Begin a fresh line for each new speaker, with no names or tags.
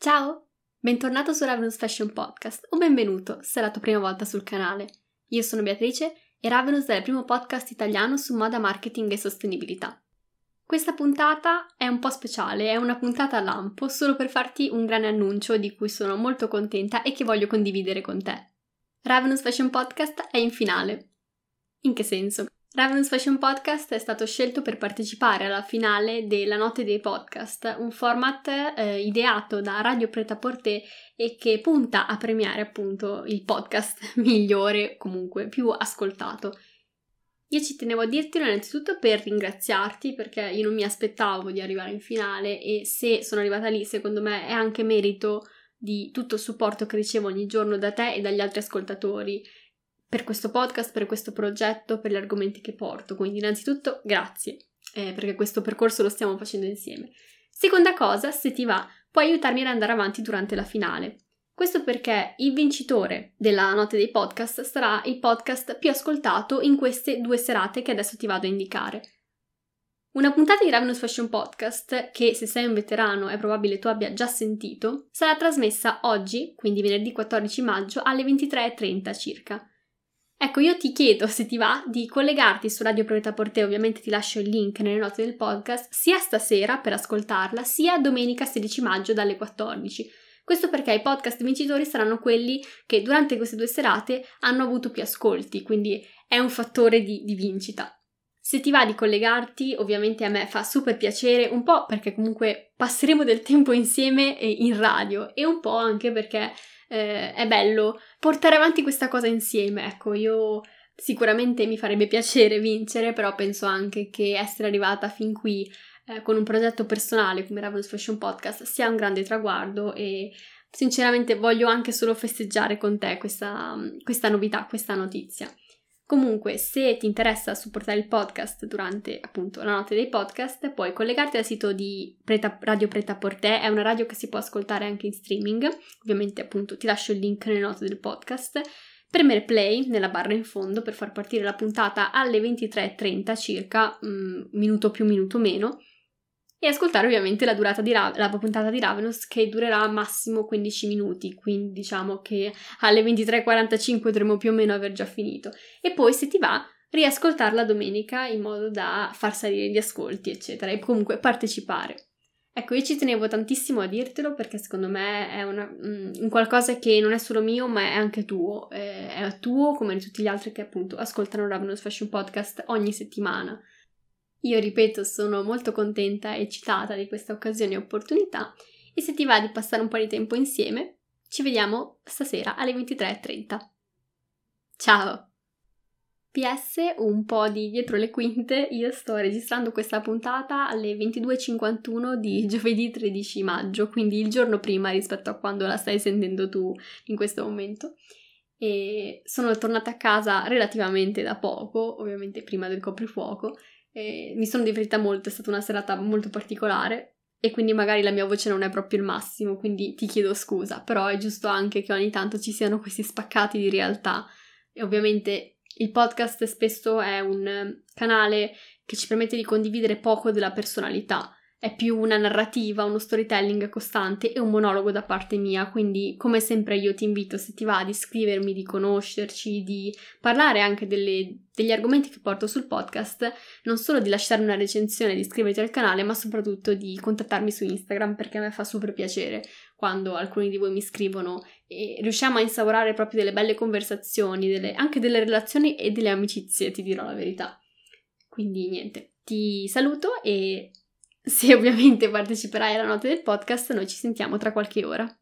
Ciao! Bentornato su Ravenous Fashion Podcast o benvenuto se è la tua prima volta sul canale. Io sono Beatrice e Ravenous è il primo podcast italiano su moda, marketing e sostenibilità. Questa puntata è un po' speciale, è una puntata a lampo solo per farti un grande annuncio di cui sono molto contenta e che voglio condividere con te. Ravenous Fashion Podcast è in finale. In che senso? Ravenous Fashion Podcast è stato scelto per partecipare alla finale della Notte dei Podcast, un format ideato da Radio Pret-à-Porter e che punta a premiare appunto il podcast migliore, comunque più ascoltato. Io ci tenevo a dirtelo innanzitutto per ringraziarti perché io non mi aspettavo di arrivare in finale e se sono arrivata lì secondo me è anche merito di tutto il supporto che ricevo ogni giorno da te e dagli altri ascoltatori per questo podcast, per questo progetto, per gli argomenti che porto. Quindi innanzitutto grazie, perché questo percorso lo stiamo facendo insieme. Seconda cosa, se ti va, puoi aiutarmi ad andare avanti durante la finale. Questo perché il vincitore della Notte dei Podcast sarà il podcast più ascoltato in queste 2 serate che adesso ti vado a indicare. Una puntata di Ravenous Fashion Podcast, che se sei un veterano è probabile tu abbia già sentito, sarà trasmessa oggi, quindi venerdì 14 maggio, alle 23:30 circa. Ecco, io ti chiedo, se ti va, di collegarti su Radio Pret-à-Porter, ovviamente ti lascio il link nelle note del podcast, sia stasera per ascoltarla, sia domenica 16 maggio dalle 14. Questo perché i podcast vincitori saranno quelli che durante queste 2 serate hanno avuto più ascolti, quindi è un fattore di vincita. Se ti va di collegarti, ovviamente a me fa super piacere, un po' perché comunque passeremo del tempo insieme in radio e un po' anche perché è bello portare avanti questa cosa insieme. Ecco, io sicuramente mi farebbe piacere vincere, però penso anche che essere arrivata fin qui con un progetto personale come Ravenous Fashion Podcast sia un grande traguardo e sinceramente voglio anche solo festeggiare con te questa novità, questa notizia. Comunque, se ti interessa supportare il podcast durante appunto la notte dei podcast, puoi collegarti al sito di Radio Pret-à-Porter, è una radio che si può ascoltare anche in streaming, ovviamente appunto ti lascio il link nelle note del podcast, premere play nella barra in fondo per far partire la puntata alle 23:30 circa, minuto più, minuto meno, e ascoltare ovviamente la durata la puntata di Ravenous che durerà massimo 15 minuti, quindi diciamo che alle 23:45 dovremo più o meno aver già finito. E poi se ti va riascoltarla domenica in modo da far salire gli ascolti eccetera e comunque partecipare. Ecco, io ci tenevo tantissimo a dirtelo perché secondo me è un qualcosa che non è solo mio ma è anche tuo, è tuo come di tutti gli altri che appunto ascoltano Ravenous Fashion Podcast ogni settimana. Io ripeto, sono molto contenta e eccitata di questa occasione e opportunità e se ti va di passare un po' di tempo insieme, ci vediamo stasera alle 23:30. Ciao! PS, un po' di dietro le quinte, io sto registrando questa puntata alle 22:51 di giovedì 13 maggio, quindi il giorno prima rispetto a quando la stai sentendo tu in questo momento. E sono tornata a casa relativamente da poco, ovviamente prima del coprifuoco. Mi sono divertita molto, è stata una serata molto particolare e quindi magari la mia voce non è proprio il massimo, quindi ti chiedo scusa, però è giusto anche che ogni tanto ci siano questi spaccati di realtà e ovviamente il podcast spesso è un canale che ci permette di condividere poco della personalità, è più una narrativa, uno storytelling costante e un monologo da parte mia, quindi come sempre io ti invito, se ti va, di scrivermi, di conoscerci, di parlare anche degli argomenti che porto sul podcast, non solo di lasciare una recensione, di iscriverti al canale, ma soprattutto di contattarmi su Instagram perché a me fa super piacere quando alcuni di voi mi scrivono e riusciamo a instaurare proprio delle belle conversazioni, anche delle relazioni e delle amicizie, ti dirò la verità. Quindi niente, ti saluto e se ovviamente parteciperai alla notte del podcast, noi ci sentiamo tra qualche ora.